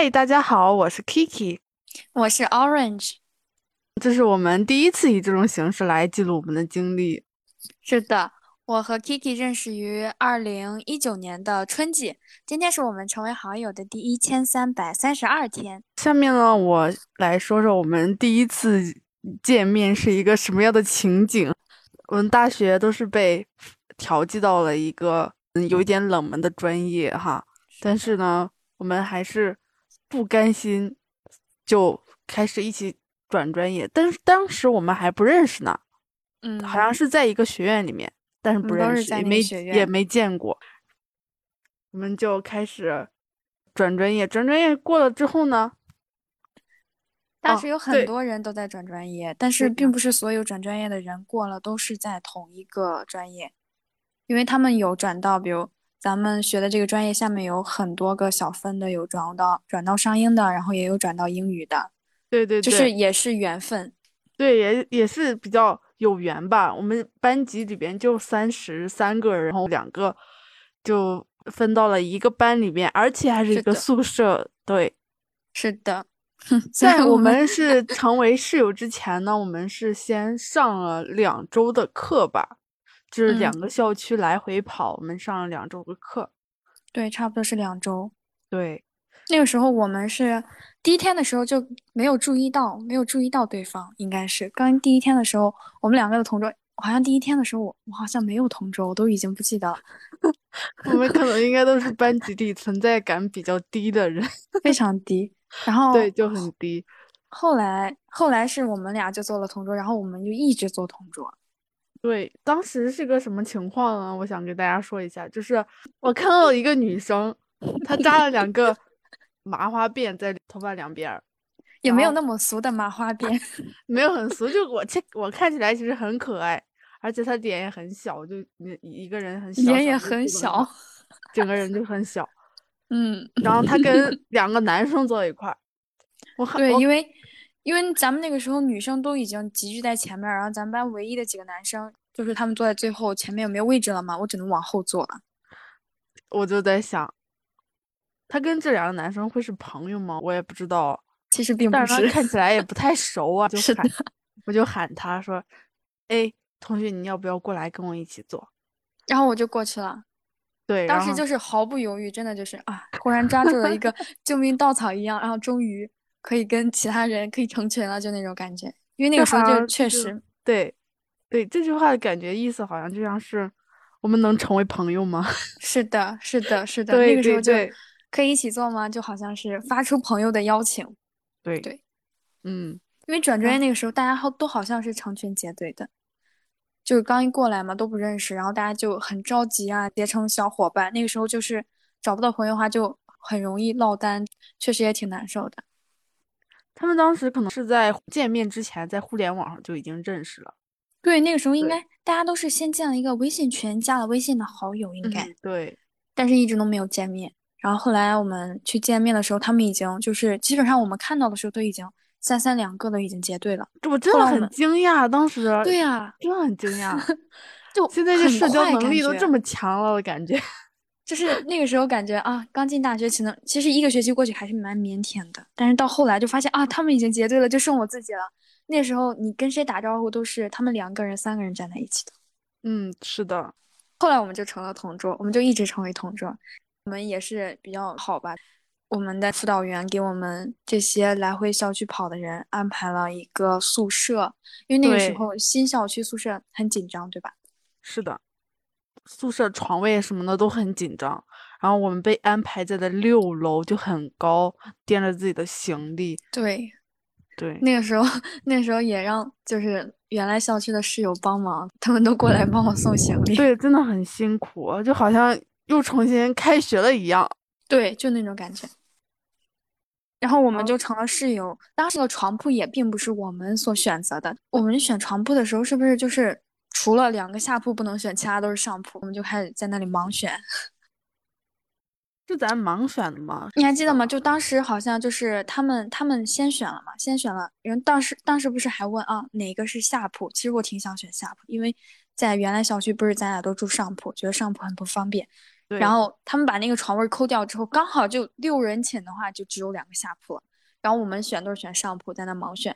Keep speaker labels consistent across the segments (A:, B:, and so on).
A: 嗨，大家好，我是 Kiki，
B: 我是 Orange。
A: 这是我们第一次以这种形式来记录我们的经历。
B: 是的，我和 Kiki 认识于2019年的春季，今天是我们成为好友的第1332天。
A: 下面呢，我来说说我们第一次见面是一个什么样的情景。我们大学都是被调剂到了一个有一点冷门的专业哈，但是
B: 是的，
A: 呢，我们还是不甘心，就开始一起转专业。但是当时我们还不认识呢，好
B: 嗯，
A: 像是在一个学院里面，但是
B: 我们都
A: 不认识，
B: 是在那个学院。
A: 也没见过。我们就开始转专业，转专业过了之后呢，哦，
B: 当时有很
A: 对
B: 多人都在转专业，但是
A: 对呀，
B: 并不是所有转专业的人过了都是在同一个专业，因为他们有转到，比如咱们学的这个专业下面有很多个小分的，有转到商英的，然后也有转到英语的，就是
A: 对对对
B: 也是缘分。
A: 对，也是比较有缘吧。我们班级里边就33个人，然后2个就分到了一个班里面，而且还是一
B: 是的，
A: 个宿舍。对，
B: 是的，所以
A: 在我
B: 我们
A: 们是成为室友之前呢，我们是先上了2周的课吧，就是
B: 嗯，
A: 2个校区来回跑，我们上了2周的课。
B: 对，差不多是2周。
A: 对。
B: 那个时候我们是第一天的时候就没有注意到对方，应该是刚第一天的时候，我们两个的同桌，好像第一天的时候我好像没有同桌，我都已经不记得了，
A: 我们可能应该都是班级里存在感比较低的人，
B: 非常低。然
A: 对，
B: 后
A: 就很低。
B: 后来是我们俩就做了同桌，然后我们就一直做同桌。
A: 对，当时是个什么情况呢？我想给大家说一下，就是我看到一个女生，她扎了2个麻花辫在头发两边儿，然后
B: 也没有那么俗的麻花辫，
A: 没有很俗，就我看起来其实很可爱，而且她脸也很小，就一个人很小小，
B: 脸也
A: 就基本上
B: 很小。
A: 整个人就很小。
B: 嗯，
A: 然后她跟2个男生坐一块儿，我还
B: 对，
A: 我
B: 因为咱们那个时候女生都已经集聚在前面儿然后咱们班唯一的几个男生，就是他们坐在最后，前面有没有位置了嘛？我只能往后坐了。
A: 我就在想。他跟这2个男生会是朋友吗？我也不知道，
B: 其实并
A: 但是他
B: 不是，
A: 看起来也不太熟啊，
B: 是的。
A: 我就喊他说：“哎，同学，你要不要过来跟我一起做？”
B: 然后我就过去了，
A: 对，然后
B: 当时就是毫不犹豫，真的就是啊，忽然抓住了一个救命稻草一样，然后终于可以跟其他人可以成群了，就那种感觉。因为那
A: 这好
B: 个时候就
A: 像就
B: 确实
A: 对对这句话的感觉意思好像就像是我们能成为朋友吗？
B: 是的，是的，是的，那
A: 对
B: 个时候就
A: 对对
B: 可以一起做吗？就好像是发出朋友的邀请。
A: 对，
B: 对。
A: 嗯，
B: 因为转专业
A: 啊，
B: 那个时候，大家都好像是成群结队的，就是刚一过来嘛，都不认识，然后大家就很着急啊，结成小伙伴。那个时候就是找不到朋友的话，就很容易落单，确实也挺难受的。
A: 他们当时可能是在见面之前在互联网上就已经认识了。
B: 对，那个时候应该
A: 对，
B: 大家都是先建了一个微信群，加了微信的好友，应该，
A: 嗯，对，
B: 但是一直都没有见面。然后后来我们去见面的时候，他们已经就是基本上我们看到的时候都已经三三两个都已经结队了。
A: 我真的很
B: 后来我们，
A: 惊讶，当时
B: 对呀，
A: 真的很惊讶。
B: 就
A: 现在这社交
B: 很快
A: 能力都这
B: 感觉。
A: 么强了，我感觉。
B: 就是那个时候感觉啊，刚进大学，其实一个学期过去还是蛮腼腆的，但是到后来就发现啊，他们已经结队了，就剩我自己了。那时候你跟谁打招呼都是他们2个人、3个人站在一起的。
A: 嗯，是的，
B: 后来我们就成了同桌，我们就一直成为同桌。我们也是比较好吧，我们的辅导员给我们这些来回校区跑的人安排了一个宿舍，因为那个时
A: 对，
B: 候新校区宿舍很紧张，对吧？
A: 是的，宿舍床位什么的都很紧张。然后我们被安排在了6楼，就很高，掂着自己的行李。
B: 对，
A: 对，
B: 那个时候，那个时候也让就是原来校区的室友帮忙，他们都过来帮我送行李。
A: 对，真的很辛苦，就好像又重新开学了一样。
B: 对，就那种感觉。然后我们
A: 好，
B: 就成了室友。当时的床铺也并不是我们所选择的。我们选床铺的时候，是不是就是除了2个下铺不能选，其他都是上铺？我们就开始在那里盲选。
A: 是咱盲选的吗？
B: 你还记得吗？就当时好像就是他们先选了嘛，先选了。人当时不是还问啊哪个是下铺？其实我挺想选下铺，因为在原来小区不是咱俩都住上铺，觉得上铺很不方便。 然
A: 对，
B: 后他们把那个床位抠掉之后，刚好就6人寝的话，就只有2个下铺了。然后我们选都是选上铺，在那盲选。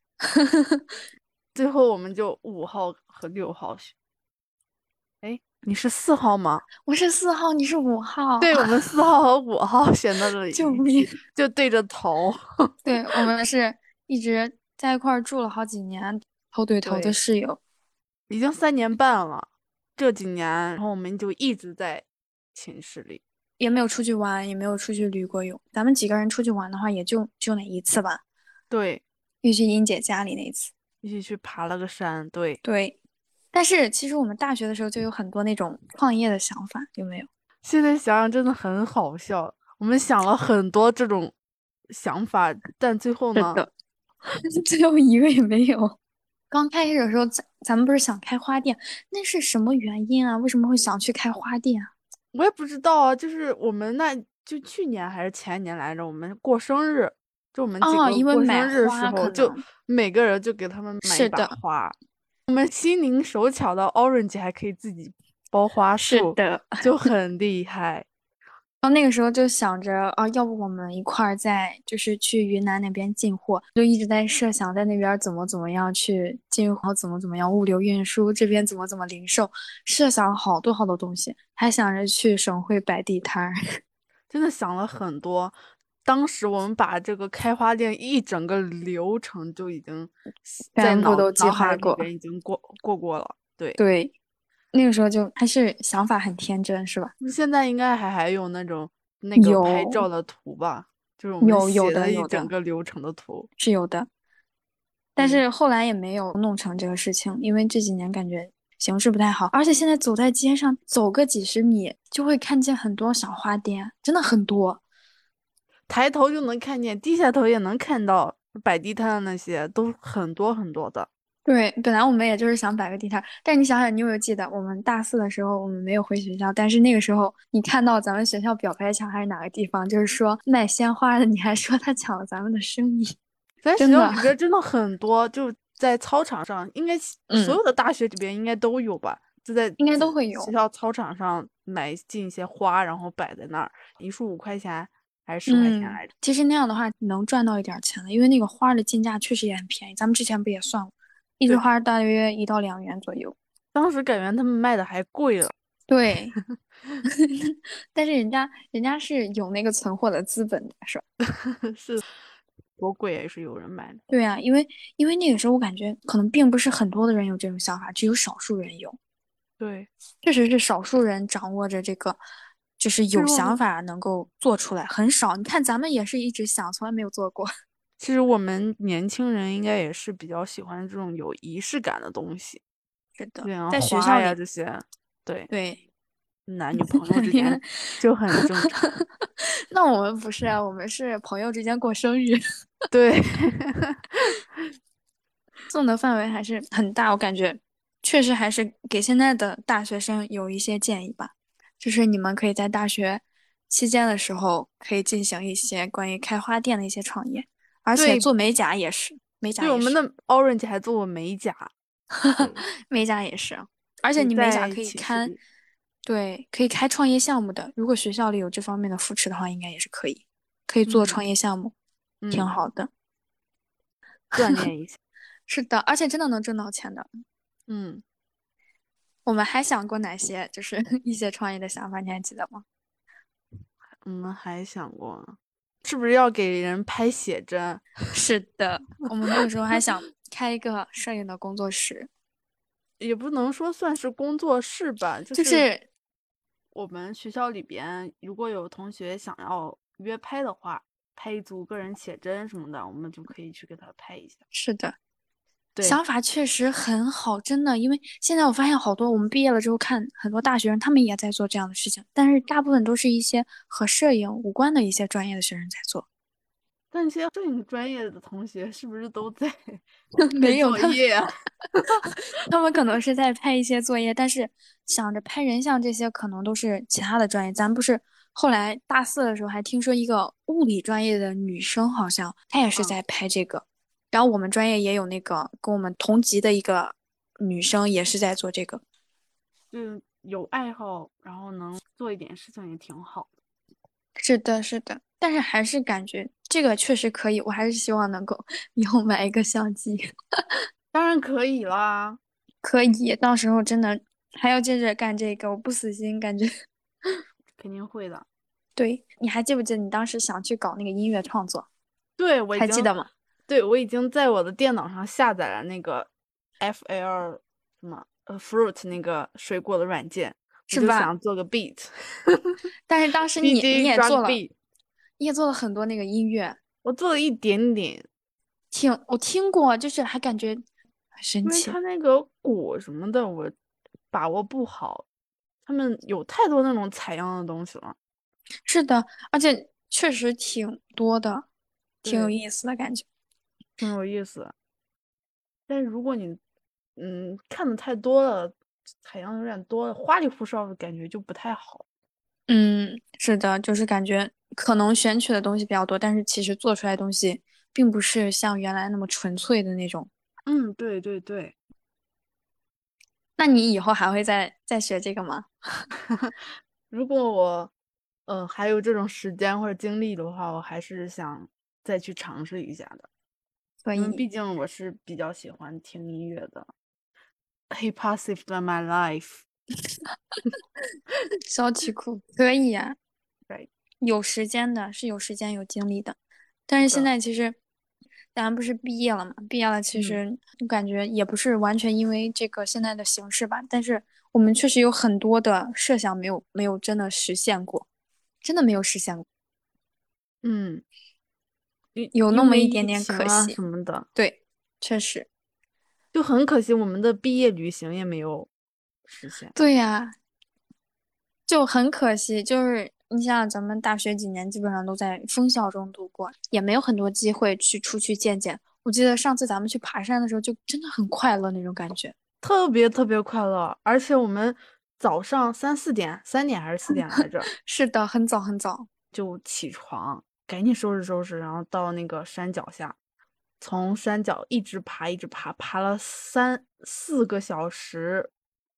A: 最后我们就5号和6号选。哎，你是4号吗？
B: 我是4号，你是5号，
A: 对，我们4号和5号选到了
B: 救命！
A: 一起，就对着头。
B: 对，我们是一直在一块儿住了好几年，头对头的
A: 对，
B: 室友。
A: 已经3年半了，这几年，然后我们就一直在寝室里。
B: 也没有出去玩，也没有出去旅过游。咱们几个人出去玩的话，也就那一次吧，
A: 对，
B: 又去英姐家里那一次。
A: 一起去爬了个山。对，
B: 对，但是其实我们大学的时候就有很多那种创业的想法，有没有？
A: 现在想想真的很好笑。我们想了很多这种想法，但最后呢，
B: 是的，最后一个也没有。刚开始的时候，咱们不是想开花店，那是什么原因啊？为什么会想去开花店啊？
A: 我也不知道啊。就是我们那就去年还是前年来着，我们过生日，就我们几
B: 哦，
A: 个
B: 因为买
A: 过生日的时
B: 花
A: 候，就
B: 可能
A: 每个人就给他们买一把
B: 是的，
A: 花。我们心灵手巧到 Orange 还可以自己包花束，
B: 是的。
A: 就很厉害。
B: 然后那个时候就想着啊，要不我们一块儿在就是去云南那边进货，就一直在设想在那边怎么样去进货，怎么样物流运输，这边怎么零售，设想了好多好多东西，还想着去省会摆地摊儿。
A: 真的想了很多。当时我们把这个开花店一整个流程就已经在
B: 全部都计
A: 脑海
B: 划过。
A: 里边已经过了。对，
B: 对，那个时候就还是想法很天真，是吧？
A: 现在应该还有那个拍照
B: 有
A: 的图吧，就是我们
B: 有
A: 写的一
B: 的有的
A: 整个流程的图。
B: 是有的，但
A: 对，
B: 是后来也没有弄成这个事情，因为这几年感觉形势不太好，而且现在走在街上走个几十米就会看见很多小花店，真的很多。
A: 抬头就能看见，低下头也能看到摆地摊的那些，都很多很多的。
B: 对，本来我们也就是想摆个地摊儿，但是你想想，你有没有记得我们大四的时候，我们没有回学校，但是那个时候你看到咱们学校表白墙还是哪个地方，就是说卖鲜花的，你还说他抢了咱们的生意，
A: 咱学校
B: 真的，
A: 里边真的很多，就在操场上，应该所
B: 嗯，
A: 有的大学里边应该都有吧？就在
B: 应该都会有。
A: 学校操场上买进一些花，然后摆在那儿，一束5块钱还是10块钱
B: 嗯，
A: 来着？
B: 其实那样的话能赚到一点儿钱的，因为那个花儿的进价确实也很便宜。咱们之前不也算过，一枝
A: 对，
B: 花大约1到2元左右。
A: 当时感觉他们卖的还贵了。
B: 对，但是人家是有那个存货的资本的，是吧？
A: 是多贵也是有人买的。
B: 对啊，因为那个时候我感觉可能并不是很多的人有这种想法，只有少数人有。
A: 对，
B: 确实是少数人掌握着这个，就是有
A: 其实我们
B: 想法能够做出来，很少。你看咱们也是一直想，从来没有做过。
A: 其实我们年轻人应该也是比较喜欢这种有仪式感的东西，
B: 是的，
A: 就像
B: 在学
A: 花
B: 校里，
A: 呀这些。对，
B: 对，
A: 男女朋友之
B: 因为
A: 间就很正常。
B: 那我们不是啊，我们是朋友之间过生日，
A: 对，
B: 送的范围还是很大，我感觉确实还是给现在的大学生有一些建议吧，就是你们可以在大学期间的时候可以进行一些关于开花店的一些创业，而且
A: 对，
B: 做美甲也是，美甲
A: 对，我
B: 也是，
A: 们的 Orange 还做过美甲。对，
B: 美甲也是，而且
A: 对，
B: 你美甲
A: 在
B: 可以开，
A: 寝室里。
B: 对，可以开创业项目的，如果学校里有这方面的扶持的话，应该也是可以，可以做
A: 嗯
B: 创业项目，挺
A: 嗯，
B: 好的。
A: 锻炼一下。
B: 是的，而且真的能挣到钱的。
A: 嗯，
B: 我们还想过哪些就是一些创业的想法，你还记得吗？
A: 我们还想过，是不是要给人拍写真？
B: 是的，我们那个时候还想开一个摄影的工作室，
A: 也不能说算是工作室吧，就是
B: 就是
A: 我们学校里边如果有同学想要约拍的话，拍一组个人写真什么的，我们就可以去给他拍一下。
B: 是的，
A: 对，
B: 想法确实很好，真的。因为现在我发现好多我们毕业了之后看很多大学生，他们也在做这样的事情，但是大部分都是一些和摄影无关的一些专业的学生在做。
A: 但一些摄影专业的同学是不是都在拍
B: 没有，他们
A: 作业啊？
B: 他们可能是在拍一些作业，但是想着拍人像这些可能都是其他的专业。咱不是后来大四的时候还听说一个物理专业的女生，好像她也是
A: 嗯，
B: 在拍这个。然后我们专业也有那个跟我们同级的一个女生也是在做这个。
A: 就有爱好，然后能做一点事情也挺好的。
B: 是的，是的，但是还是感觉这个确实可以，我还是希望能够以后买一个相机，
A: 当然可以啦。
B: 可以，到时候真的还要接着干这个，我不死心，感觉。
A: 肯定会的。
B: 对，你还记不记得你当时想去搞那个音乐创作？
A: 对，我已经，
B: 还记得吗？
A: 对，我已经在我的电脑上下载了那个 FL 什么Fruit 那个水果的软件，我就
B: 是吧？
A: 想做个 beat，
B: 但是当时你
A: DJ
B: 也
A: drug
B: 做了，
A: beat，
B: 你也做了很多那个音乐，
A: 我做了一点点，
B: 我听过，就是还感觉很神
A: 因为
B: 奇。
A: 它那个果什么的我把握不好，他们有太多那种采样的东西了。
B: 是的，而且确实挺多的，挺有
A: 对，
B: 意思的感觉。
A: 挺有意思。但是如果你看的太多了，采样有点多了，花里胡哨的感觉就不太好。
B: 嗯，是的，就是感觉可能选取的东西比较多，但是其实做出来的东西并不是像原来那么纯粹的那种。
A: 嗯，对对对。
B: 那你以后还会再学这个吗？
A: 如果我还有这种时间或者精力的话，我还是想再去尝试一下的，因为
B: 所以
A: 毕竟我是比较喜欢听音乐的。Hip hop saved my life。
B: 小曲库可以呀、
A: 对，
B: 有时间的，是有时间有精力的。但是现
A: 是的。
B: 在其实咱不是毕业了嘛？毕业了，其
A: 嗯
B: 实我感觉也不是完全因为这个现在的形势吧，但是我们确实有很多的设想没有真的实现过，真的没有实现过，
A: 嗯，因
B: 有那
A: 因为
B: 么一点点
A: 疫情啊
B: 可惜。
A: 什么的，
B: 对，确实，
A: 就很可惜，我们的毕业旅行也没有实现。
B: 对呀，就很可惜，就是你想想，咱们大学几年基本上都在封校中度过，也没有很多机会去出去见见。我记得上次咱们去爬山的时候，就真的很快乐那种感觉。
A: 特别特别快乐，而且我们早上3、4点，3点还是4点来着，
B: 是的，很早很早。
A: 就起床，赶紧收拾收拾，然后到那个山脚下，从山脚一直爬一直爬，爬了3、4个小时，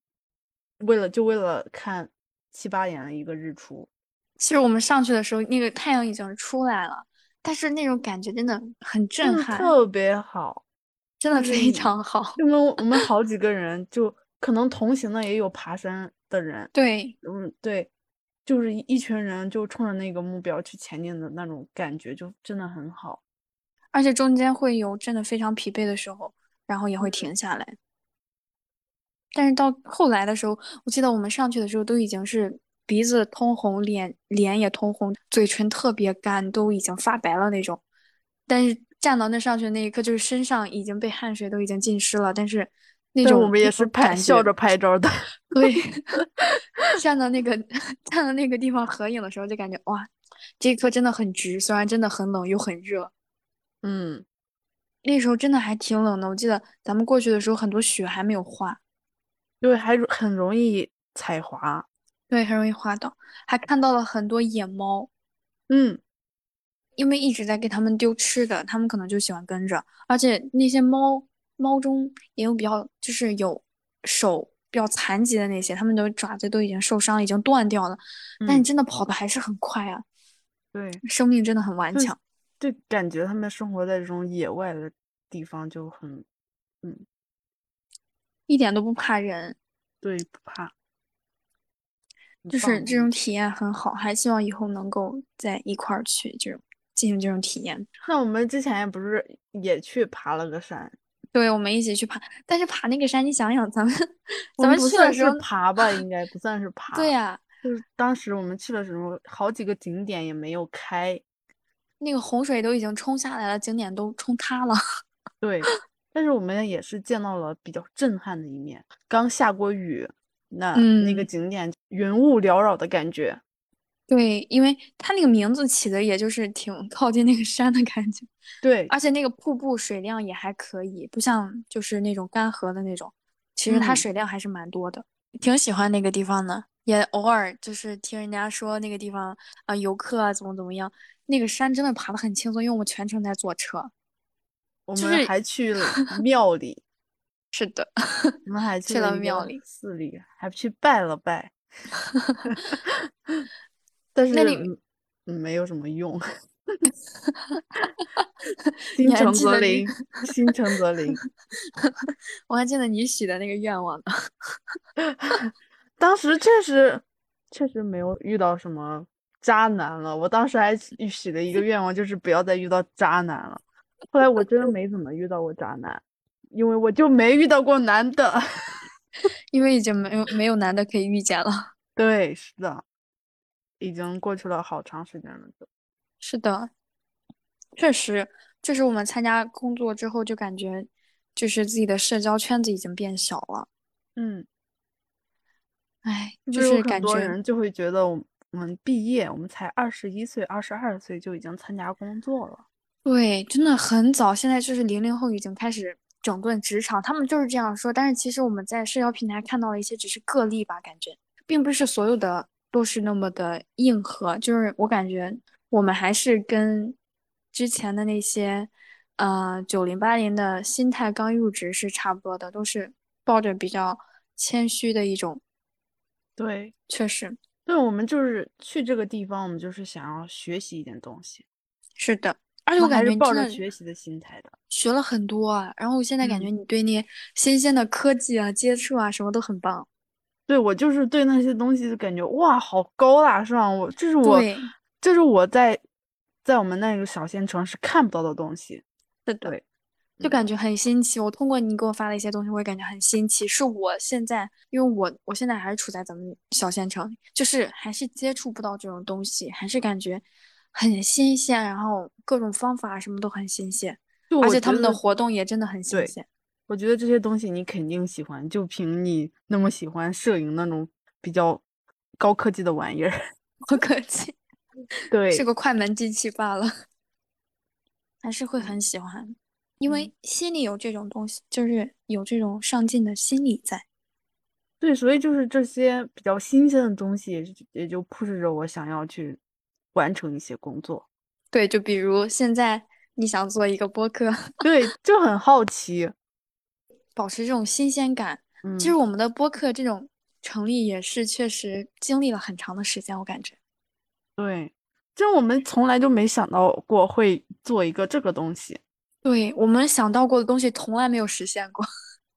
A: 为了看7、8点的一个日出，
B: 其实我们上去的时候，那个太阳已经出来了，但是那种感觉真的很震
A: 真的
B: 撼，
A: 特别好。
B: 真的非
A: 就是你，
B: 常好。
A: 我们好几个人，就可能同行的也有爬山的人，
B: 对，
A: 对，就是一群人就冲着那个目标去前进的那种感觉，就真的很好。
B: 而且中间会有真的非常疲惫的时候，然后也会停下来。但是到后来的时候，我记得我们上去的时候都已经是鼻子通红，脸也通红，嘴唇特别干，都已经发白了那种。但是站到那上去的那一刻，就是身上已经被汗水都已经浸湿了，但是那
A: 但是我
B: 种那种
A: 们也是
B: 感觉，
A: 笑着拍照的。
B: 对，站到那个站到那个地方合影的时候，就感觉哇，这一刻真的很值，虽然真的很冷又很热。
A: 嗯，
B: 那时候真的还挺冷的，我记得咱们过去的时候，很多雪还没有化，
A: 对，还很容易踩滑。
B: 对，很容易滑倒，还看到了很多野猫。
A: 嗯
B: 因为一直在给它们丢吃的，它们可能就喜欢跟着，而且那些猫中也有比较就是有手比较残疾的那些，它们的爪子都已经受伤，已经断掉了，但是
A: 嗯，
B: 真的跑得还是很快啊，
A: 对，
B: 生命真的很顽
A: 就
B: 强，
A: 就感觉他们生活在这种野外的地方就很，嗯，
B: 一点都不怕人，
A: 对，不怕，很
B: 就是
A: 棒他们。
B: 这种体验很好，还希望以后能够在一块儿去这种进行这种体验。
A: 那我们之前也不是也去爬了个山，
B: 对，我们一起去爬，但是爬那个山，你想想，咱们
A: 我们
B: 咱们
A: 不算是
B: 去的时候，
A: 爬吧，应该不算是爬，
B: 对呀、
A: 就是当时我们去的时候，好几个景点也没有开。
B: 那个洪水都已经冲下来了，景点都冲塌了。
A: 对，但是我们也是见到了比较震撼的一面。刚下过雨，那个
B: 嗯，
A: 景点云雾缭绕的感觉。
B: 对，因为它那个名字起的也就是挺靠近那个山的感觉，
A: 对，
B: 而且那个瀑布水量也还可以，不像就是那种干涸的那种，其实它
A: 嗯，
B: 水量还是蛮多的，挺喜欢那个地方的。也偶尔就是听人家说那个地方游客啊怎么样，那个山真的爬得很轻松，因为我们全程在坐车，
A: 我们
B: 就是
A: 还去了庙里。
B: 是的，
A: 我们还去
B: 去
A: 了一个
B: 了庙里。
A: 寺里，还去拜了拜，但
B: 那你
A: 是没有什么用。心
B: 你还
A: 诚
B: 记得你？
A: 则灵，心诚则灵。
B: 我还记得你许的那个愿望呢。
A: 当时确实没有遇到什么渣男了。我当时还许了一个愿望，就是不要再遇到渣男了。后来我真的没怎么遇到过渣男，因为我就没遇到过男的。
B: 因为已经没有男的可以遇见了。
A: 对，是的，已经过去了好长时间了就。
B: 是的，确实，就是我们参加工作之后，就感觉就是自己的社交圈子已经变小了。
A: 嗯，
B: 哎，就是
A: 是不是有很
B: 感觉
A: 多人就会觉得我们毕业，我们才21岁、22岁就已经参加工作了？
B: 对，真的很早。现在就是00后已经开始整顿职场，他们就是这样说。但是其实我们在社交平台看到的一些只是个例吧，感觉并不是所有的都是那么的硬核。就是我感觉我们还是跟之前的那些9080的心态刚入职是差不多的，都是抱着比较谦虚的一种。
A: 对，
B: 确实
A: 对，我们就是去这个地方，我们就是想要学习一点东西，
B: 是的，而且我感
A: 我们还是抱
B: 觉你真的
A: 着学习的心态的。
B: 学了很多啊。然后我现在感觉
A: 嗯，
B: 你对那新鲜的科技啊、接触啊什么都很棒。
A: 对，我就是对那些东西就感觉哇，好高大上，
B: 对，
A: 这是我在我们那个小县城是看不到的东西。
B: 是的，
A: 对，嗯，
B: 就感觉很新奇。我通过你给我发的一些东西，我也感觉很新奇。是我现在，因为我现在还是处在咱们小县城里，就是还是接触不到这种东西，还是感觉很新鲜，然后各种方法什么都很新鲜，
A: 就
B: 而且他们的
A: 我觉得，
B: 活动也真的很新
A: 对，
B: 鲜。
A: 我觉得这些东西你肯定喜欢，就凭你那么喜欢摄影那种比较高科技的玩意儿。
B: 不客气，是
A: 对，
B: 个快门机器罢了。还是会
A: 嗯
B: 很喜欢，因
A: 嗯。
B: 为心里有这种东西，就是有这种上进的心理在。
A: 对，所以就是这些比较新鲜的东西，也就迫使着我想要去完成一些工作。
B: 对，就比如现在你想做一个播客，
A: 对，就很好奇。
B: 保持这种新鲜感。其实
A: 嗯，
B: 我们的播客这种成立也是确实经历了很长的时间，我感觉。
A: 对，就我们从来就没想到过会做一个这个东西。
B: 对，我们想到过的东西从来没有实现过。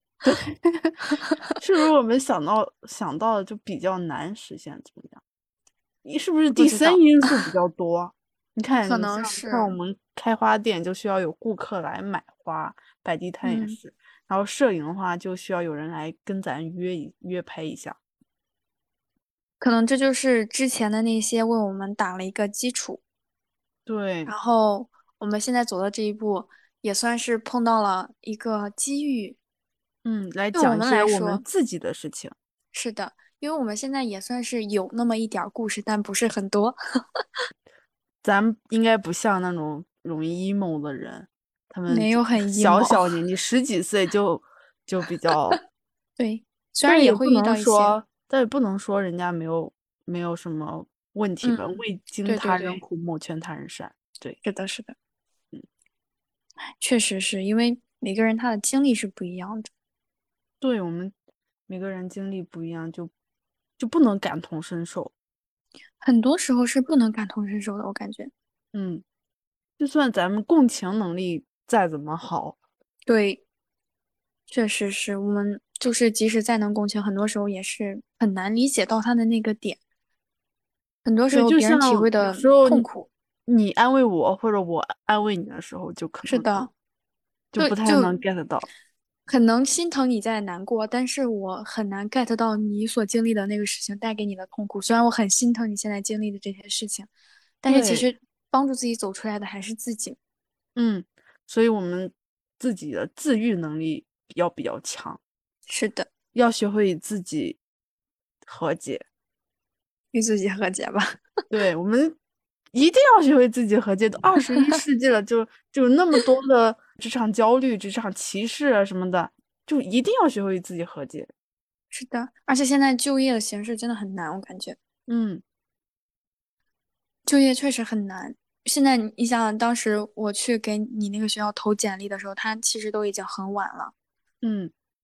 A: 是不是我们想到的就比较难实现？怎么样？你是不是第三
B: 不知道，
A: 因素比较多？你看，
B: 可能
A: 你像看我
B: 是，
A: 们开花店就需要有顾客来买花，摆地摊也
B: 嗯，
A: 是。然后摄影的话，就需要有人来跟咱约拍一下。
B: 可能这就是之前的那些为我们打了一个基础。
A: 对，
B: 然后我们现在走的这一步，也算是碰到了一个机遇。
A: 嗯，来
B: 对我们
A: 讲一些我们
B: 来说，
A: 自己的事情。
B: 是的，因为我们现在也算是有那么一点儿故事，但不是很多。
A: 咱应该不像那种容易 emo 的人，他们就
B: 没有很
A: 小
B: emo。
A: 小年纪10几岁就比较，
B: 对，虽
A: 但
B: 然也会遇
A: 是也不能
B: 到一些，
A: 说，但也不能说人家没有什么问题吧。
B: 嗯，
A: 未经他人
B: 对对对，
A: 苦，莫劝他人善。对，
B: 是的，是的，
A: 嗯，
B: 确实是因为每个人他的经历是不一样的，
A: 对我们每个人经历不一样，就不能感同身受。
B: 很多时候是不能感同身受的，我感觉。
A: 嗯，就算咱们共情能力再怎么好。
B: 对，确实是我们就是即使再能共情，很多时候也是很难理解到他的那个点。很多时
A: 对，
B: 候别人
A: 就像
B: 体会的
A: 有时候
B: 痛苦，
A: 你安慰我，或者我安慰你的时候，就可能
B: 是的，
A: 就不太
B: 就
A: 能 get 到。
B: 很能心疼你在难过，但是我很难 get 到你所经历的那个事情带给你的痛苦。虽然我很心疼你现在经历的这些事情，但是其
A: 对，
B: 实帮助自己走出来的还是自己。
A: 嗯，所以我们自己的自愈能力要比较强，
B: 是的，
A: 要学会与自己和解。
B: 与自己和解吧。
A: 对，我们一定要学会自己和解。都21世纪了，就有那么多的职场焦虑、职场歧视啊什么的，就一定要学会与自己和解。
B: 是的，而且现在就业的形势真的很难，我感觉
A: 嗯
B: 就业确实很难。现在你想想，当时我去给你那个学校投简历的时候，他其实都已经很晚了。
A: 嗯。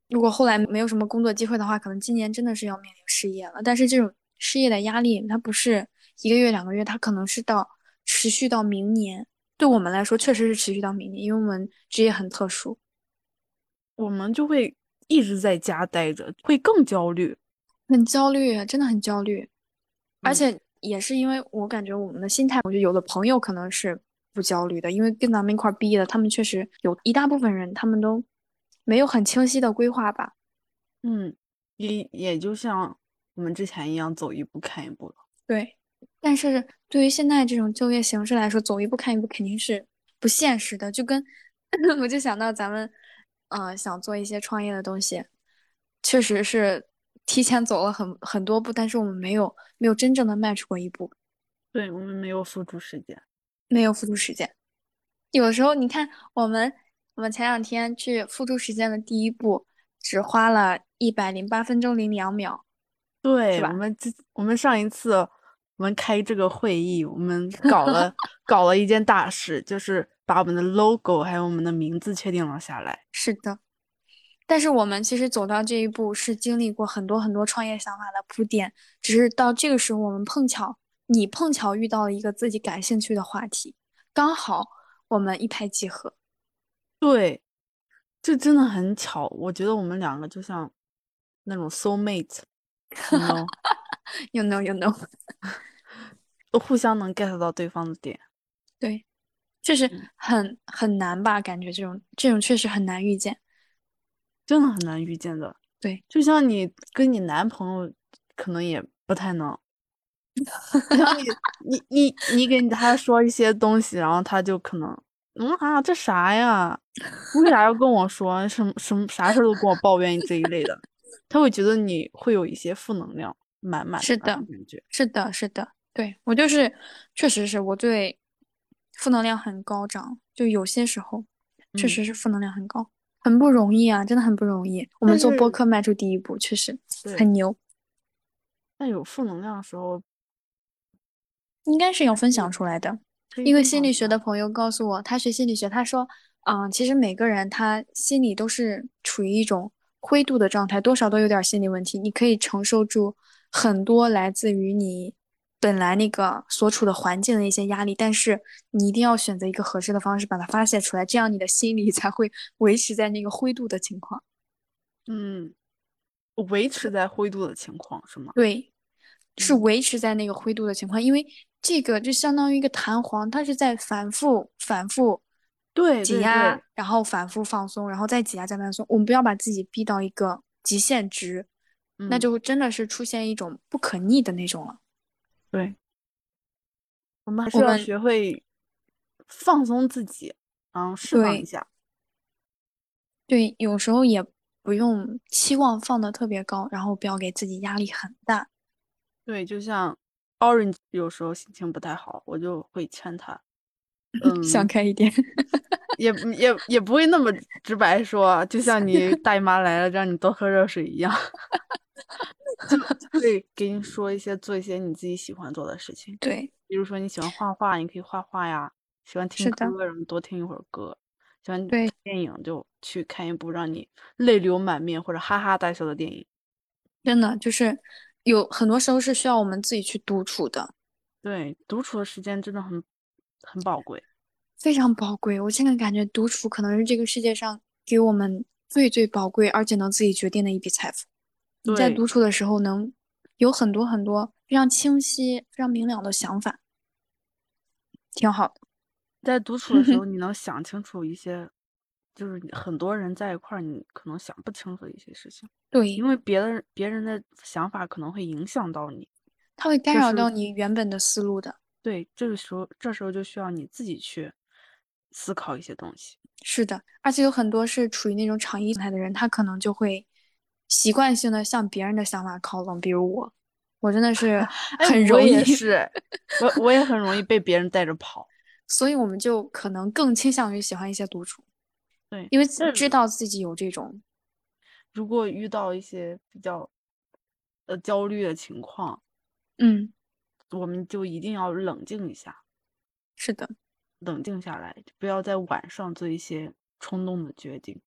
B: 如果后来没有什么工作机会的话，可能今年真的是要面临失业了。但是这种失业的压力，它不是一个月两个月，它可能是持续到明年。对我们来说，确实是持续到明年，因为我们职业很特殊，
A: 我们就会一直在家待着，会更焦虑。
B: 很焦虑，真的很焦虑。而
A: 嗯
B: 且也是因为我感觉我们的心态，我觉得有的朋友可能是不焦虑的，因为跟咱们一块儿毕业的，他们确实有一大部分人，他们都没有很清晰的规划吧。
A: 嗯，也就像我们之前一样，走一步看一步了。
B: 对，但是对于现在这种就业形势来说，走一步看一步肯定是不现实的。就跟我就想到咱们，想做一些创业的东西，确实是提前走了很多步，但是我们没有真正的迈出过一步，
A: 对，我们没有付出时间。
B: 没有付出实践。有的时候，你看我们前两天去付出实践的第一步，只花了108分钟零2秒，是
A: 对，
B: 吧？
A: 我们上一次我们开这个会议，我们搞了一件大事，就是把我们的 logo 还有我们的名字确定了下来。
B: 是的。但是我们其实走到这一步是经历过很多很多创业想法的铺垫，只是到这个时候我们你碰巧遇到了一个自己感兴趣的话题，刚好我们一拍即合。
A: 对，这真的很巧，我觉得我们两个就像那种 soul mate，you know，
B: You know, you know，
A: 都互相能 get 到对方的点。
B: 对，确实
A: 嗯，
B: 很难吧？感觉这种确实很难遇见。
A: 真的很难遇见的。
B: 对，
A: 就像你跟你男朋友，可能也不太能。就像你给他说一些东西，然后他就可能，这啥呀？为啥要跟我说什么啥事儿都跟我抱怨这一类的？他会觉得你会有一些负能量满满的那
B: 是的，
A: 种感觉。
B: 是的，是的，对，我就是，确实是我对负能量很高涨，就有些时候确
A: 嗯，
B: 实是负能量很高，很不容易啊，真的很不容易。我们做播
A: 但是
B: 客迈出第一步，确实
A: 对，
B: 很牛，
A: 但有负能量的时候
B: 应该是要分
A: 可以
B: 享出来的。
A: 可以
B: 一个
A: 分享出来。
B: 心理学的朋友告诉我，他学心理学，他说，其实每个人他心里都是处于一种灰度的状态，多少都有点心理问题。你可以承受住很多来自于你本来那个所处的环境的一些压力，但是你一定要选择一个合适的方式把它发泄出来，这样你的心理才会维持在那个灰度的情况。
A: 嗯，维持在灰度的情况是吗？
B: 对，是
A: 嗯，
B: 维持在那个灰度的情况，因为这个就相当于一个弹簧，它是在反复
A: 对
B: 挤压，
A: 对对，
B: 然后反复放松，然后再挤压再放松。我们不要把自己逼到一个极限值，那
A: 嗯，
B: 就真的是出现一种不可逆的那种了。
A: 对，我们还是要
B: 我们
A: 学会放松自己，然后释放一
B: 对
A: 下。
B: 对，有时候也不用期望放得特别高，然后不要给自己压力很大。
A: 对，就像 Orange 有时候心情不太好，我就会劝他，
B: 想
A: 嗯，
B: 开一点。
A: 也不会那么直白说，就像你大姨妈来了让你多喝热水一样，就会给你说一些做一些你自己喜欢做的事情，
B: 对，
A: 比如说你喜欢画画，你可以画画呀；喜欢听
B: 是的，
A: 歌，然后多听一会儿歌；喜欢
B: 对。
A: 看电影，就去看一部让你泪流满面或者哈哈大笑的电影。
B: 真的就是有很多时候是需要我们自己去独处的，
A: 对，独处的时间真的很宝贵。
B: 非常宝贵。我现在感觉独处可能是这个世界上给我们最最宝贵，而且能自己决定的一笔财富。你在
A: 对，
B: 独处的时候，能有很多很多非常清晰、非常明了的想法，挺好的。
A: 在独处的时候，你能想清楚一些，就是很多人在一块儿，你可能想不清楚的一些事情，因
B: 对，
A: 为别人的想法可能会影响到你。
B: 它会干
A: 这是
B: 扰到你原本的思路的。
A: 对，这时候就需要你自己去思考一些东西。
B: 是的，而且有很多是处于那种场域状态的人，他可能就会习惯性的向别人的想法靠拢。比如我，我真的是
A: 哎，我
B: 很容易
A: 也是，我也很容易被别人带着跑。
B: 所以我们就可能更倾向于喜欢一些独处，
A: 对，
B: 因为
A: 但是
B: 知道自己有这种，
A: 如果遇到一些比较焦虑的情况，
B: 嗯，
A: 我们就一定要冷静一下。
B: 是的，
A: 冷静下来，不要在晚上做一些冲动的决定。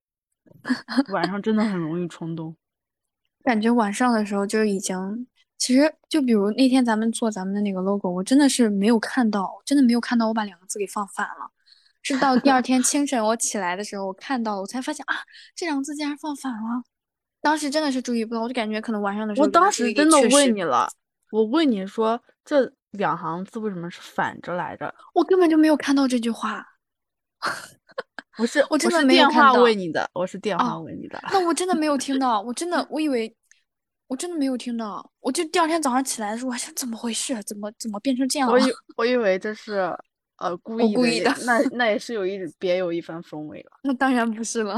A: 晚上真的很容易冲动。
B: 感觉晚上的时候就已经，其实就比如那天咱们做咱们的那个 logo，我真的是没有看到，真的没有看到我把两个字给放反了。是到第二天清晨我起来的时候，我看到了，我才发现啊，这两个字竟然放反了。当时真的是注意不到，我就感觉可能晚上的时
A: 我当
B: 候人的注意力
A: 时真的
B: 确实，
A: 问你了，我问你说这两行字为什么是反着来着？
B: 我根本就没有看到这句话，
A: 不是，我
B: 我真的没有
A: 是电话问
B: 看到。
A: 你的，我是电话
B: 哦，
A: 问你的。
B: 那我真的没有听到，我真的我以为我真的没有听到，我就第二天早上起来的时候，我还想怎么回事？怎么变成这样了？
A: 我以为这是故意的，
B: 我故意的。
A: 那也是别有一番风味了。
B: 那当然不是了，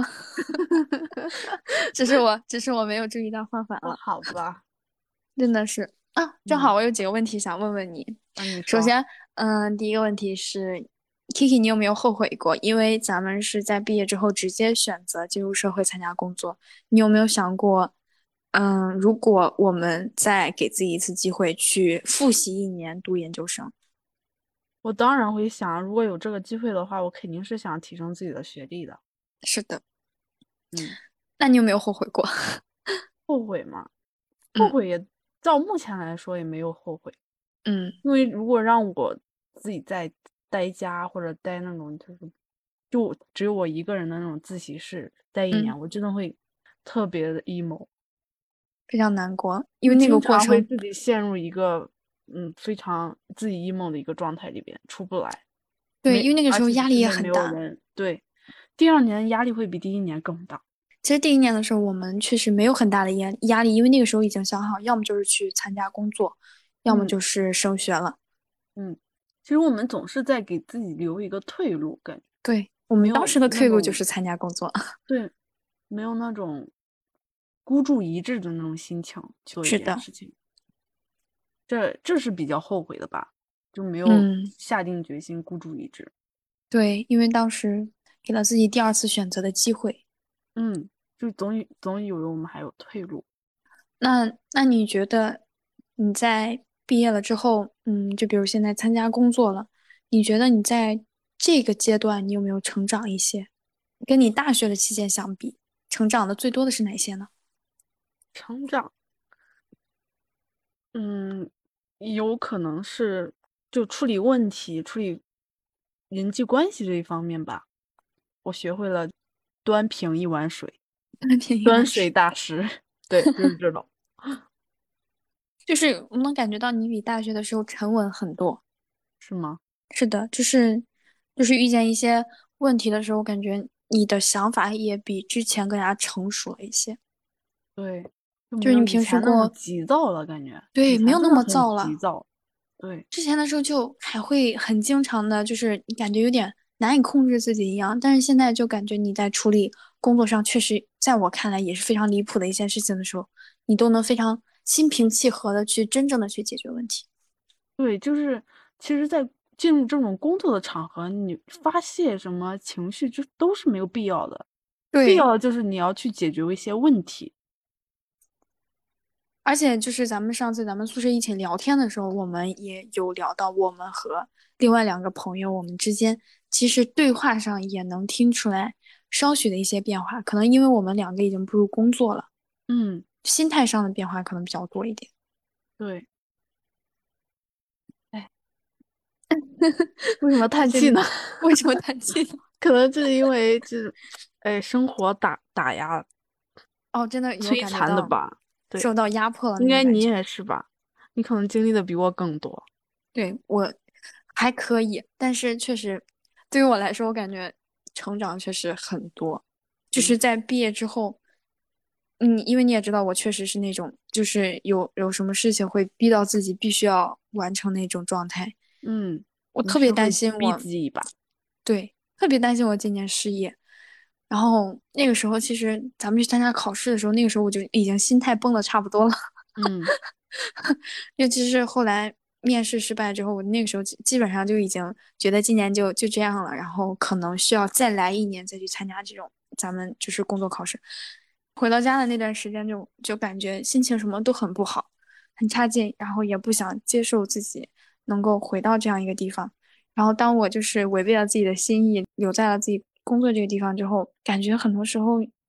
B: 只是我没有注意到放反
A: 哦，
B: 了，
A: 好吧。
B: 真的是啊。正
A: 嗯，
B: 好我有几个问题想问问你。
A: 那你说。
B: 首先，第一个问题是，Kiki，你有没有后悔过？因为咱们是在毕业之后直接选择进入社会参加工作，你有没有想过，如果我们再给自己一次机会去复习一年读研究生？
A: 我当然会想，如果有这个机会的话，我肯定是想提升自己的学历的。
B: 是的，
A: 嗯，
B: 那你有没有后悔过？
A: 后悔吗？后
B: 嗯
A: 悔也，照目前来说也没有后悔。
B: 嗯
A: 因为如果让我自己在待家或者待那种就只有我一个人的那种自习室待一
B: 嗯，
A: 年，我真的会特别的 emo，
B: 非常难过，因为那个
A: 就经
B: 过程。
A: 常会自己陷入一个非常自己 emo 的一个状态里边出不来。
B: 对，因为那个
A: 而且
B: 时候压力也
A: 身边没
B: 很大。
A: 有人。对，第二年压力会比第一年更大。
B: 其实第一年的时候，我们确实没有很大的压力，因为那个时候已经想好，要么就是去参加工作，要么
A: 嗯
B: 就是升学了。
A: 嗯，其实我们总是在给自己留一个退路，感觉
B: 对，我
A: 没有
B: 们当时的
A: 那种。
B: 退路就是参加工作。
A: 对，没有那种孤注一掷的那种心情去做一
B: 是的，
A: 件事情，这是比较后悔的吧，就没有
B: 嗯，
A: 下定决心孤注一掷。
B: 对，因为当时给了自己第二次选择的机会。
A: 嗯，就总以为我们还有退路。
B: 那你觉得你在毕业了之后，就比如现在参加工作了，你觉得你在这个阶段你有没有成长一些？跟你大学的期间相比，成长的最多的是哪些呢？
A: 成长。嗯，有可能是就处理问题、处理人际关系这一方面吧。我学会了端平一碗水，
B: 便宜
A: 端水
B: 碗水。
A: 大师。对，就是这种。
B: 就是我能感觉到你比大学的时候沉稳很多。
A: 是吗？
B: 是的，就是遇见一些问题的时候，感觉你的想法也比之前更加成熟了一些。
A: 对，就没有以
B: 就是你平时
A: 前那么
B: 过，
A: 急躁了，感觉以
B: 对，没有那么
A: 前真的很
B: 躁了。
A: 急躁。对
B: 之前的时候就还会很经常的，就是你感觉有点难以控制自己一样。但是现在就感觉你在处理工作上，确实在我看来也是非常离谱的一件事情的时候，你都能非常心平气和的去真正的去解决问题。
A: 对，就是其实，在进入这种工作的场合，你发泄什么情绪，就都是没有必要的。必要
B: 对，
A: 的就是你要去解决一些问题。
B: 而且就是咱们宿舍一起聊天的时候，我们也有聊到，我们和另外两个朋友，我们之间其实对话上也能听出来稍许的一些变化，可能因为我们两个已经步入工作了，
A: 嗯，
B: 心态上的变化可能比较多一点。
A: 对。哎，为什么叹气呢？
B: 那这里为什么叹气呢？
A: 可能就是因为生活打压
B: 哦，真的有
A: 摧
B: 感觉到
A: 残的吧。对，
B: 受到压迫了
A: 应该你
B: 那种感觉。
A: 也是吧？你可能经历的比我更多。
B: 对，我还可以，但是确实对于我来说，我感觉成长确实很多。就
A: 嗯
B: 是在毕业之后，因为你也知道，我确实是那种，就是有什么事情会逼到自己必须要完成那种状态。
A: 嗯，
B: 我特别担
A: 你是会逼
B: 心我，
A: 自己一把。
B: 对，特别担心我今年失业。然后那个时候，其实咱们去参加考试的时候，那个时候我就已经心态崩的差不多了。
A: 嗯
B: 尤其是后来面试失败之后，我那个时候基本上就已经觉得今年就这样了，然后可能需要再来一年再去参加这种咱们就是工作考试。回到家的那段时间就感觉心情什么都很不好，很差劲，然后也不想接受自己能够回到这样一个地方。然后当我就是违背了自己的心意，留在了自己工作这个地方之后，感觉很多时候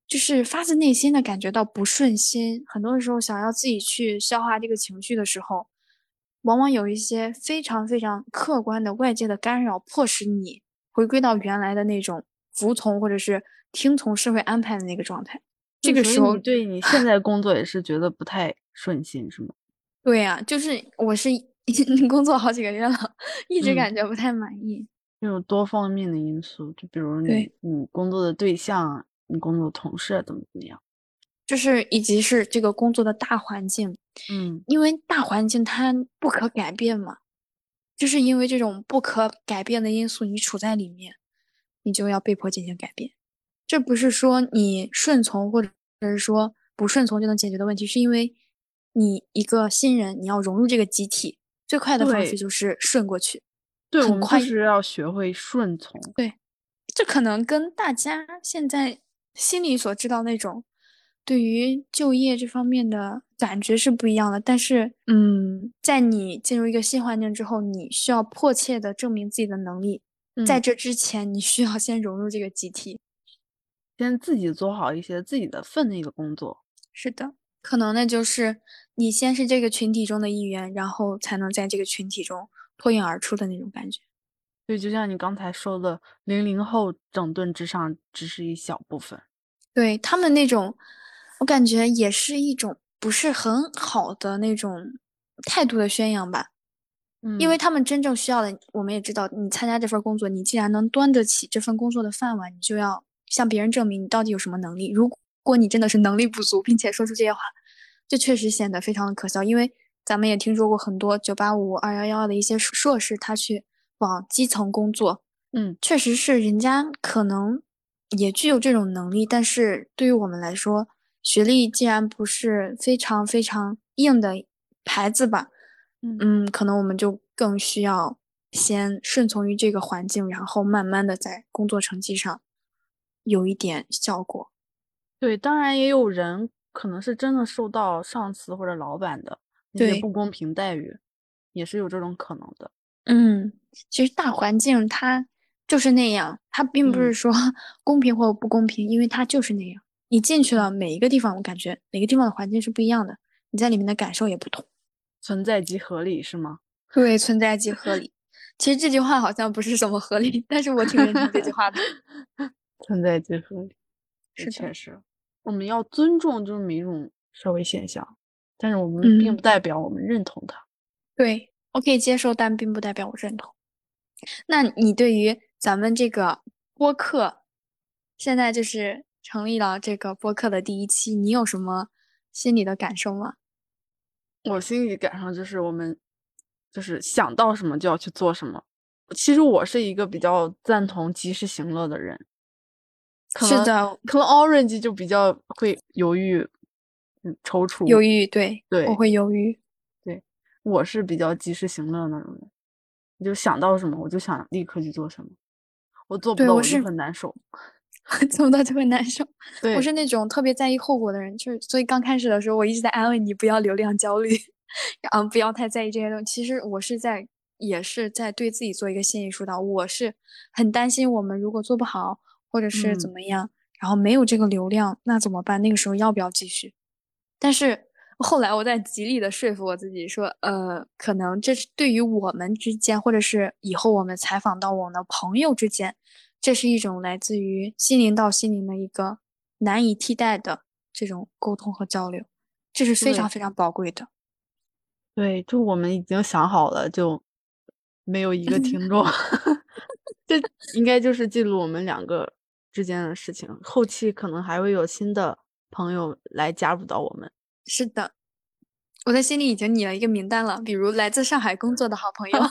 B: 就是发自内心的感觉到不顺心。很多的时候想要自己去消化这个情绪的时候，往往有一些非常非常客观的外界的干扰，迫使你回归到原来的那种服从或者是听从社会安排的那个状态。这
A: 就所以你
B: 个时候，
A: 对你现在工作也是觉得不太顺心，是吗？
B: 对呀，就是我是工作好几个月了，一直
A: 嗯，
B: 感觉不太满意。
A: 有多方面的因素，就比如
B: 对，
A: 你工作的对象，你工作的同事怎么样？
B: 就是以及是这个工作的大环境，
A: 嗯，
B: 因为大环境它不可改变嘛，就是因为这种不可改变的因素，你处在里面，你就要被迫进行改变。这不是说你顺从或者是说不顺从就能解决的问题，是因为你一个新人，你要融入这个集体，最快的方式
A: 对
B: 就是顺过去，
A: 对，我
B: 很快。
A: 们就是要学会顺从。
B: 对，这可能跟大家现在心里所知道那种对于就业这方面的感觉是不一样的。但是，在你进入一个新环境之后，你需要迫切的证明自己的能力。在
A: 嗯，
B: 这之前，你需要先融入这个集体。
A: 先自己做好一些自己的分内的工作。
B: 是的，可能那就是你先是这个群体中的一员，然后才能在这个群体中脱颖而出的那种感觉。
A: 对，就像你刚才说的00后整顿之上只是一小部分。
B: 对，他们那种，我感觉也是一种不是很好的那种态度的宣扬吧。因为
A: 嗯，
B: 他们真正需要的，我们也知道，你参加这份工作，你既然能端得起这份工作的饭碗，你就要向别人证明你到底有什么能力。如果你真的是能力不足，并且说出这些话，这确实显得非常的可笑。因为咱们也听说过很多985、211的一些硕士，他去往基层工作，
A: 嗯，
B: 确实是人家可能也具有这种能力，但是对于我们来说，学历既然不是非常非常硬的牌子吧。
A: 嗯。
B: 可能我们就更需要先顺从于这个环境，然后慢慢的在工作成绩上有一点效果。
A: 对，当然也有人可能是真的受到上司或者老板的那些
B: 对，
A: 不公平待遇，也是有这种可能的。
B: 嗯，其实大环境它就是那样，它并不
A: 嗯，
B: 是说公平或不公平，因为它就是那样。你进去了每一个地方，我感觉每个地方的环境是不一样的，你在里面的感受也不同。
A: 存在即合理是吗？
B: 对，存在即合理。其实这句话好像不是什么合理，但是我挺认同这句话的。
A: 存在即合理，这
B: 是的，
A: 确实，我们要尊重这么一种社会现象，但是我们并
B: 嗯，
A: 不代表我们认同它。
B: 对，我可以接受，但并不代表我认同。那你对于咱们这个播客，现在就是成立了这个播客的第一期，你有什么心里的感受吗？
A: 我心里感受就是我们就是想到什么就要去做什么。其实我是一个比较赞同及时行乐的人，可能
B: 是的，
A: 可能 Orange 就比较会犹豫，踌躇。
B: 犹豫，对，我
A: 对
B: 会犹豫。
A: 对，我是比较及时行乐那种人，我就想到什么我就想立刻去做什么，我做不
B: 对，
A: 到我就
B: 我是
A: 很难受。
B: 做不到就会难受。我
A: 对，
B: 是那种特别在意后果的人，就是所以刚开始的时候，我一直在安慰你不要流量焦虑，不要太在意这些东西。其实我是在，也是在对自己做一个心理疏导。我是很担心我们如果做不好，或者是怎
A: 嗯，
B: 么样，然后没有这个流量，那怎么办？那个时候要不要继续？但是后来我在极力的说服我自己说，可能这是对于我们之间，或者是以后我们采访到我们的朋友之间，这是一种来自于心灵到心灵的一个难以替代的这种沟通和交流，这是非常
A: 对
B: 非常宝贵的。
A: 对，就我们已经想好了，就没有一个听众，这应该就是记录我们两个之间的事情，后期可能还会有新的朋友来加入到我们。
B: 是的，我在心里已经拟了一个名单了，比如来自上海工作的好朋友，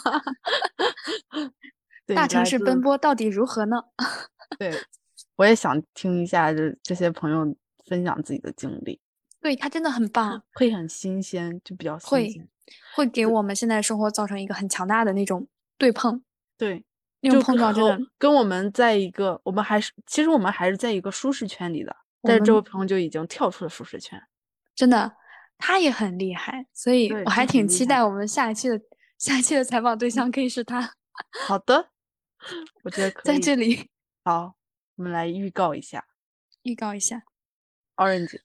A: 对，
B: 大城市奔
A: 来自
B: 波到底如何呢？
A: 对，我也想听一下这些朋友分享自己的经历，
B: 对，他真的很棒。
A: 会很新鲜，就比较新
B: 会
A: 鲜。
B: 会给我们现在生活造成一个很强大的那种对碰，
A: 对，
B: 那种
A: 就
B: 碰撞真的，
A: 跟我们在一个，其实我们还是在一个舒适圈里的，但是这位
B: 我们
A: 朋友就已经跳出了舒适圈。
B: 真的他也很厉害，所以
A: 对，
B: 我还
A: 他很厉害。
B: 挺期待我们下一期的采访对象可以是他，
A: 好的，我觉得可以。
B: 在这里
A: 好，我们来预告一下。
B: 预告一下。
A: Orange。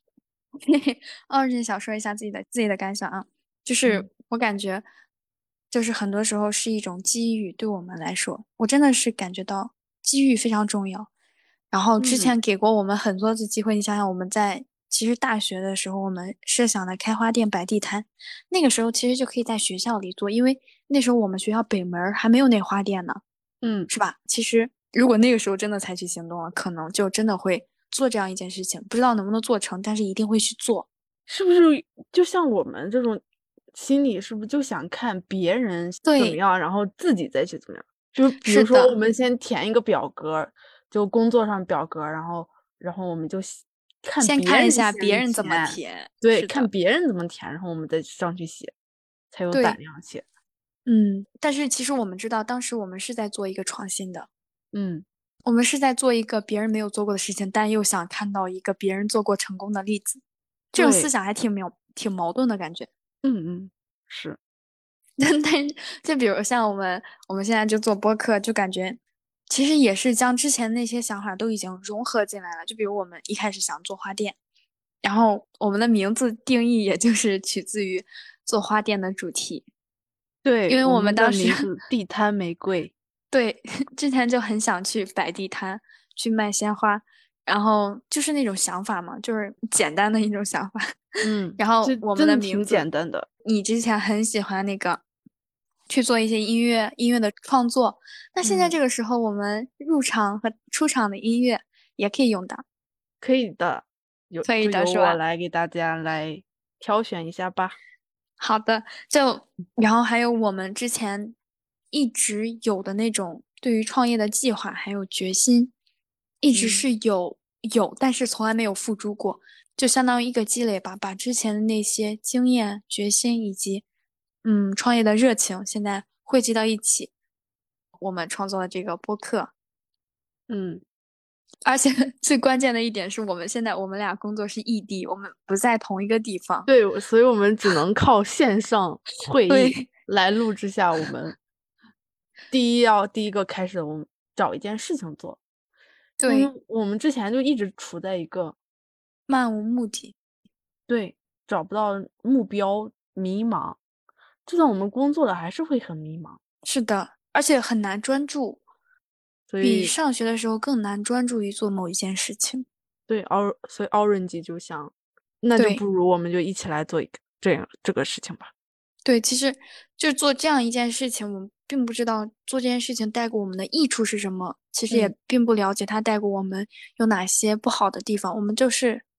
B: Orange 想说一下自己的感想啊，就是
A: 嗯
B: 我感觉，就是很多时候是一种机遇，对我们来说，我真的是感觉到机遇非常重要。然后之
A: 嗯
B: 前给过我们很多次机会，你想想我们在其实大学的时候，我们设想的开花店摆地摊，那个时候其实就可以在学校里做，因为那时候我们学校北门儿还没有那花店呢。
A: 嗯，
B: 是吧？其实如果那个时候真的采取行动了，可能就真的会做这样一件事情，不知道能不能做成，但是一定会去做。
A: 是不是就像我们这种心理，是不是就想看别人怎么
B: 对，
A: 样，然后自己再去怎么样？就比如说，我
B: 是的，
A: 们先填一个表格，就工作上表格，然后我们就看
B: 先看一
A: 别人
B: 下别
A: 先
B: 人怎么
A: 填，
B: 填。
A: 对，
B: 是的，
A: 看别人怎么填，然后我们再上去写，才有胆
B: 对，
A: 量写。
B: 但是其实我们知道，当时我们是在做一个创新的，
A: 嗯，
B: 我们是在做一个别人没有做过的事情，但又想看到一个别人做过成功的例子，这种思
A: 对，
B: 想还挺矛盾的感觉。
A: 嗯嗯，是，
B: 但就比如像我们现在就做播客，就感觉其实也是将之前那些想法都已经融合进来了。就比如我们一开始想做花店，然后我们的名字定义也就是取自于做花店的主题，因
A: 对，
B: 为
A: 我
B: 我们当时
A: 们的名字"地摊玫瑰"。
B: 对之前就很想去摆地摊，去卖鲜花，然后就是那种想法嘛，就是简单的一种想法。
A: 嗯，
B: 然后
A: 这
B: 我们的
A: 真的挺
B: 名字，
A: 简单的。
B: 你之前很喜欢那个去做一些音乐的创作，那现在
A: 嗯。
B: 这个时候我们入场和出场的音乐也可以用到，
A: 可以的，
B: 可以
A: 就由
B: 的是吧？
A: 我来给大家来挑选一下吧。
B: 好的，然后还有我们之前一直有的那种对于创业的计划，还有决心，一直
A: 嗯
B: 是有，但是从来没有付诸过，就相当于一个积累吧，把之前的那些经验、决心以及创业的热情，现在汇集到一起，我们创作了这个播客。
A: 嗯，
B: 而且最关键的一点是我们俩工作是异地，我们不在同一个地方。
A: 对，所以我们只能靠线上会议
B: 对
A: 来录制下我们第一个开始，我们找一件事情做。因
B: 对，
A: 为我们之前就一直处在一个
B: 漫无目的。
A: 对找不到目标迷茫，就算我们工作了，还是会很迷茫。
B: 是的，而且很难专注，比
A: 所以
B: 上学的时候更难专注于做某一件事情。
A: 对所以 Orange 就想，那就不
B: 对
A: 如我们就一起来做一个这个事情吧。
B: 对，其实就做这样一件事情，我们并不知道做这件事情带给我们的益处是什么，其实
A: 嗯。
B: 也并不了解它带给我们有哪些不好的地方，我们就是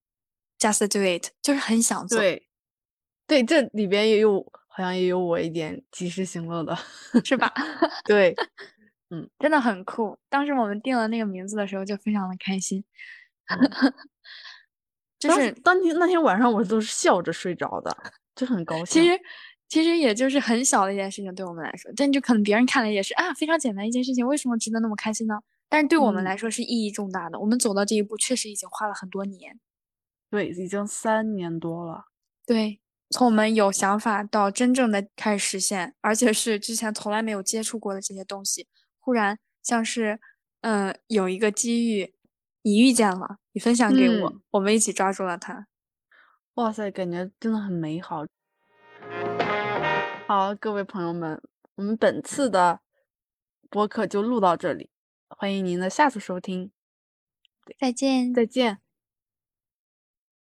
B: just do it，就是很想做，
A: 对，对，这里边也有好像也有我一点及时行乐的。
B: 是吧？
A: 对，嗯
B: 真的很酷。当时我们定了那个名字的时候，就非常的开心，
A: 嗯，
B: 就是
A: 那天晚上我都是笑着睡着的，就很高兴。
B: 其实其实也就是很小的一件事情，对我们来说，但就可能别人看来也是啊非常简单一件事情，为什么值得那么开心呢？但是对我们
A: 嗯，
B: 来说是意义重大的。我们走到这一步，确实已经花了很多年。
A: 对，已经3年多了。
B: 对，从我们有想法到真正的开始实现，而且是之前从来没有接触过的这些东西，忽然像是有一个机遇，你遇见了，你分享给我，
A: 嗯，
B: 我们一起抓住了它。
A: 哇塞，感觉真的很美好。好，各位朋友们，我们本次的播客就录到这里，欢迎您的下次收听，
B: 再见。
A: 再见。